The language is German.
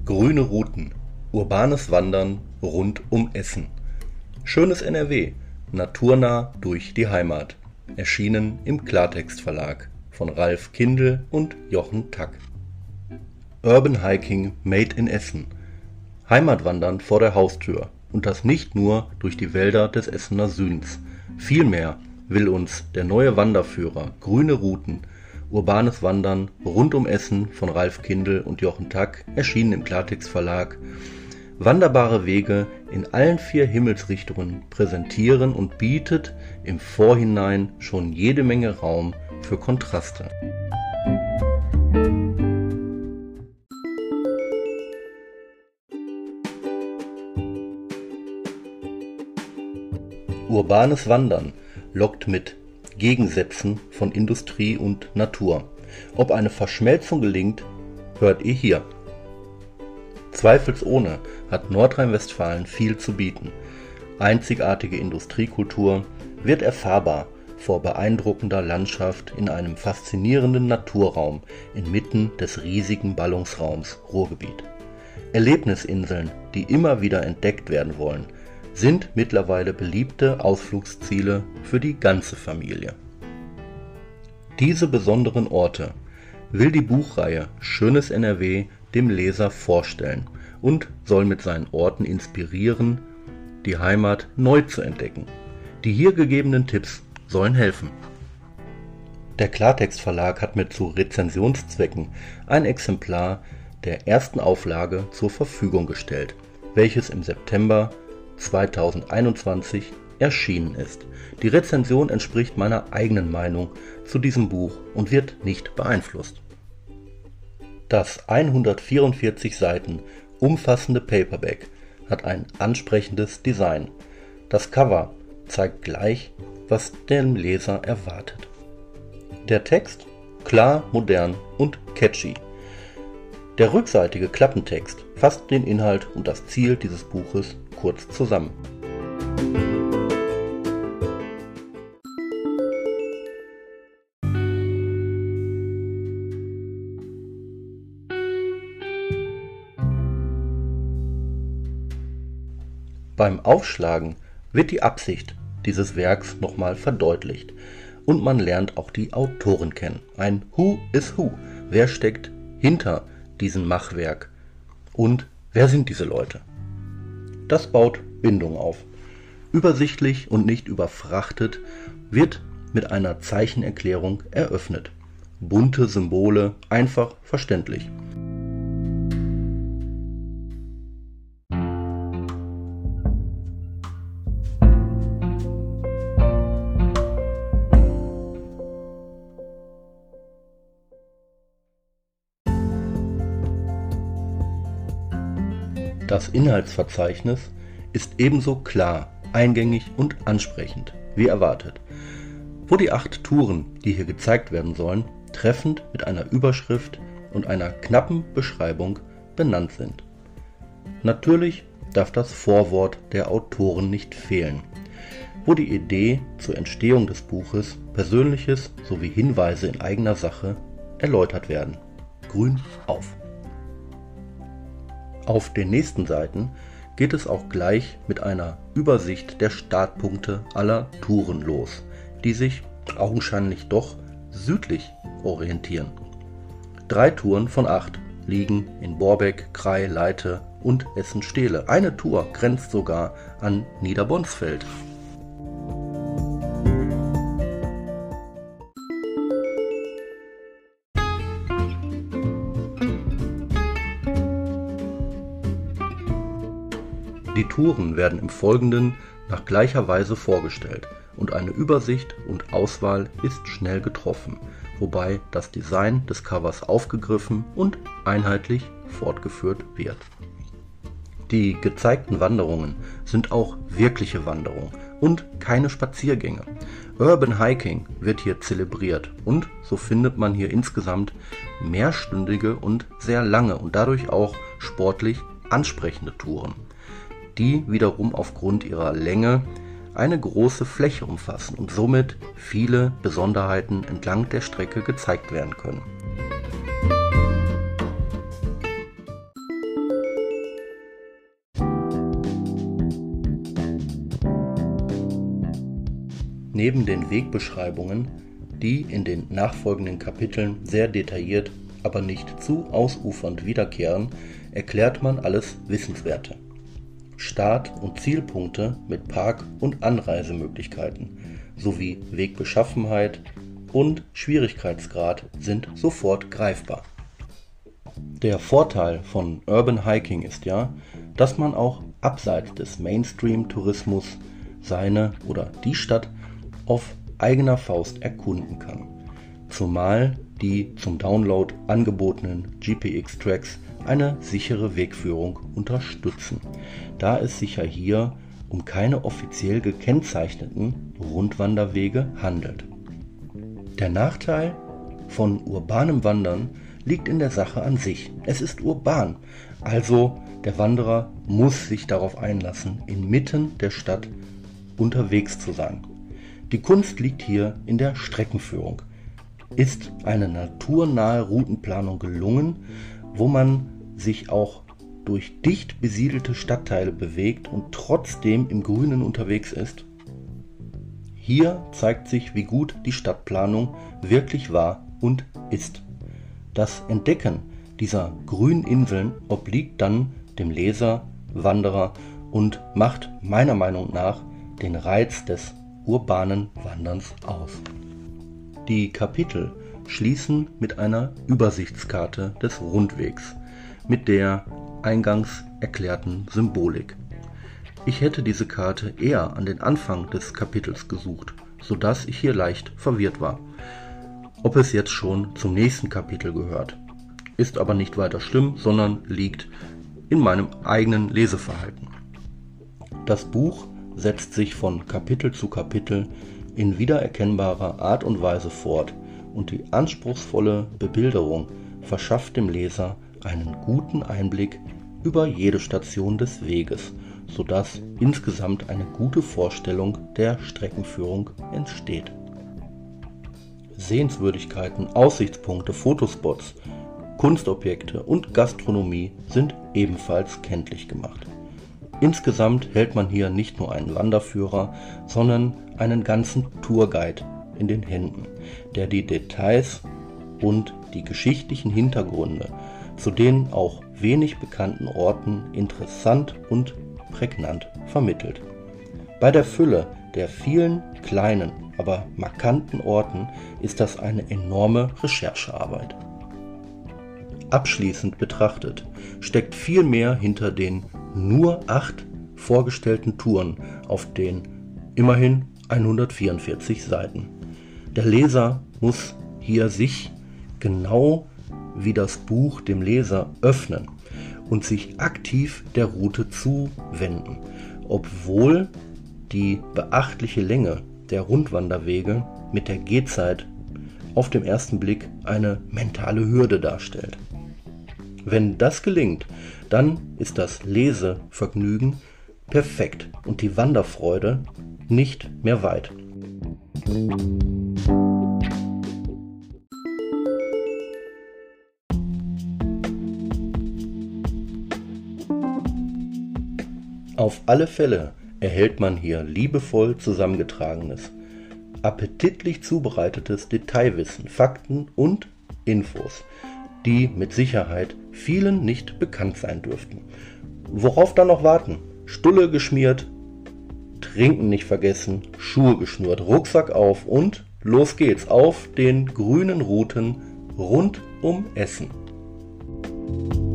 Grüne Routen, urbanes Wandern rund um Essen. Schönes NRW, naturnah durch die Heimat. Erschienen im Klartext Verlag von Ralf Kindl und Jochen Tack. Urban Hiking made in Essen. Heimatwandern vor der Haustür, und das nicht nur durch die Wälder des Essener Südens. Vielmehr will uns der neue Wanderführer Grüne Routen, urbanes Wandern rund um Essen von Ralf Kindl und Jochen Tack, erschienen im Klartext Verlag, wanderbare Wege in allen 4 Himmelsrichtungen präsentieren und bietet im Vorhinein schon jede Menge Raum für Kontraste. Urbanes Wandern lockt mit Gegensätzen von Industrie und Natur. Ob eine Verschmelzung gelingt, hört ihr hier. Zweifelsohne hat Nordrhein-Westfalen viel zu bieten. Einzigartige Industriekultur wird erfahrbar vor beeindruckender Landschaft in einem faszinierenden Naturraum inmitten des riesigen Ballungsraums Ruhrgebiet. Erlebnisinseln, die immer wieder entdeckt werden wollen, sind mittlerweile beliebte Ausflugsziele für die ganze Familie. Diese besonderen Orte will die Buchreihe Schönes NRW dem Leser vorstellen und soll mit seinen Orten inspirieren, die Heimat neu zu entdecken. Die hier gegebenen Tipps sollen helfen. Der Klartext Verlag hat mir zu Rezensionszwecken ein Exemplar der ersten Auflage zur Verfügung gestellt, welches im September 2021 erschienen ist. Die Rezension entspricht meiner eigenen Meinung zu diesem Buch und wird nicht beeinflusst. Das 144 Seiten umfassende Paperback hat ein ansprechendes Design. Das Cover zeigt gleich, was den Leser erwartet. Der Text klar, modern und catchy. Der rückseitige Klappentext fasst den Inhalt und das Ziel dieses Buches kurz zusammen. Beim Aufschlagen wird die Absicht dieses Werks nochmal verdeutlicht und man lernt auch die Autoren kennen. Ein Who is Who. Wer steckt hinter diesem Machwerk und wer sind diese Leute? Das baut Bindung auf. Übersichtlich und nicht überfrachtet wird mit einer Zeichenerklärung eröffnet. Bunte Symbole, einfach verständlich. Das Inhaltsverzeichnis ist ebenso klar, eingängig und ansprechend, wie erwartet, wo die 8 Touren, die hier gezeigt werden sollen, treffend mit einer Überschrift und einer knappen Beschreibung benannt sind. Natürlich darf das Vorwort der Autoren nicht fehlen, wo die Idee zur Entstehung des Buches, Persönliches sowie Hinweise in eigener Sache erläutert werden. Grün auf! Auf den nächsten Seiten geht es auch gleich mit einer Übersicht der Startpunkte aller Touren los, die sich augenscheinlich doch südlich orientieren. 3 Touren von 8 liegen in Borbeck, Krai, Leite und Essen-Stehle. Eine Tour grenzt sogar an Niederbonsfeld. Die Touren werden im Folgenden nach gleicher Weise vorgestellt und eine Übersicht und Auswahl ist schnell getroffen, wobei das Design des Covers aufgegriffen und einheitlich fortgeführt wird. Die gezeigten Wanderungen sind auch wirkliche Wanderungen und keine Spaziergänge. Urban Hiking wird hier zelebriert und so findet man hier insgesamt mehrstündige und sehr lange und dadurch auch sportlich ansprechende Touren, die wiederum aufgrund ihrer Länge eine große Fläche umfassen und somit viele Besonderheiten entlang der Strecke gezeigt werden können. Neben den Wegbeschreibungen, die in den nachfolgenden Kapiteln sehr detailliert, aber nicht zu ausufernd wiederkehren, erklärt man alles Wissenswerte. Start- und Zielpunkte mit Park- und Anreisemöglichkeiten sowie Wegbeschaffenheit und Schwierigkeitsgrad sind sofort greifbar. Der Vorteil von Urban Hiking ist ja, dass man auch abseits des Mainstream-Tourismus seine oder die Stadt auf eigener Faust erkunden kann. Zumal die zum Download angebotenen GPX-Tracks eine sichere Wegführung unterstützen, da es sich ja hier um keine offiziell gekennzeichneten Rundwanderwege handelt. Der Nachteil von urbanem Wandern liegt in der Sache an sich. Es ist urban, also der Wanderer muss sich darauf einlassen, inmitten der Stadt unterwegs zu sein. Die Kunst liegt hier in der Streckenführung. Ist eine naturnahe Routenplanung gelungen, wo man sich auch durch dicht besiedelte Stadtteile bewegt und trotzdem im Grünen unterwegs ist? Hier zeigt sich, wie gut die Stadtplanung wirklich war und ist. Das Entdecken dieser grünen Inseln obliegt dann dem Leser, Wanderer und macht meiner Meinung nach den Reiz des urbanen Wanderns aus. Die Kapitel schließen mit einer Übersichtskarte des Rundwegs, mit der eingangs erklärten Symbolik. Ich hätte diese Karte eher an den Anfang des Kapitels gesucht, sodass ich hier leicht verwirrt war, ob es jetzt schon zum nächsten Kapitel gehört. Ist aber nicht weiter schlimm, sondern liegt in meinem eigenen Leseverhalten. Das Buch setzt sich von Kapitel zu Kapitel in wiedererkennbarer Art und Weise fort und die anspruchsvolle Bebilderung verschafft dem Leser einen guten Einblick über jede Station des Weges, sodass insgesamt eine gute Vorstellung der Streckenführung entsteht. Sehenswürdigkeiten, Aussichtspunkte, Fotospots, Kunstobjekte und Gastronomie sind ebenfalls kenntlich gemacht. Insgesamt hält man hier nicht nur einen Wanderführer, sondern einen ganzen Tourguide in den Händen, der die Details und die geschichtlichen Hintergründe zu den auch wenig bekannten Orten interessant und prägnant vermittelt. Bei der Fülle der vielen kleinen, aber markanten Orten ist das eine enorme Recherchearbeit. Abschließend betrachtet steckt viel mehr hinter den nur 8 vorgestellten Touren auf den immerhin 144 Seiten. Der Leser muss hier sich, genau wie das Buch dem Leser, öffnen und sich aktiv der Route zuwenden, obwohl die beachtliche Länge der Rundwanderwege mit der Gehzeit auf den ersten Blick eine mentale Hürde darstellt. Wenn das gelingt, dann ist das Lesevergnügen perfekt und die Wanderfreude nicht mehr weit. Auf alle Fälle erhält man hier liebevoll zusammengetragenes, appetitlich zubereitetes Detailwissen, Fakten und Infos, die mit Sicherheit vielen nicht bekannt sein dürften. Worauf dann noch warten? Stulle geschmiert, Trinken nicht vergessen, Schuhe geschnürt, Rucksack auf und los geht's auf den grünen Routen rund um Essen.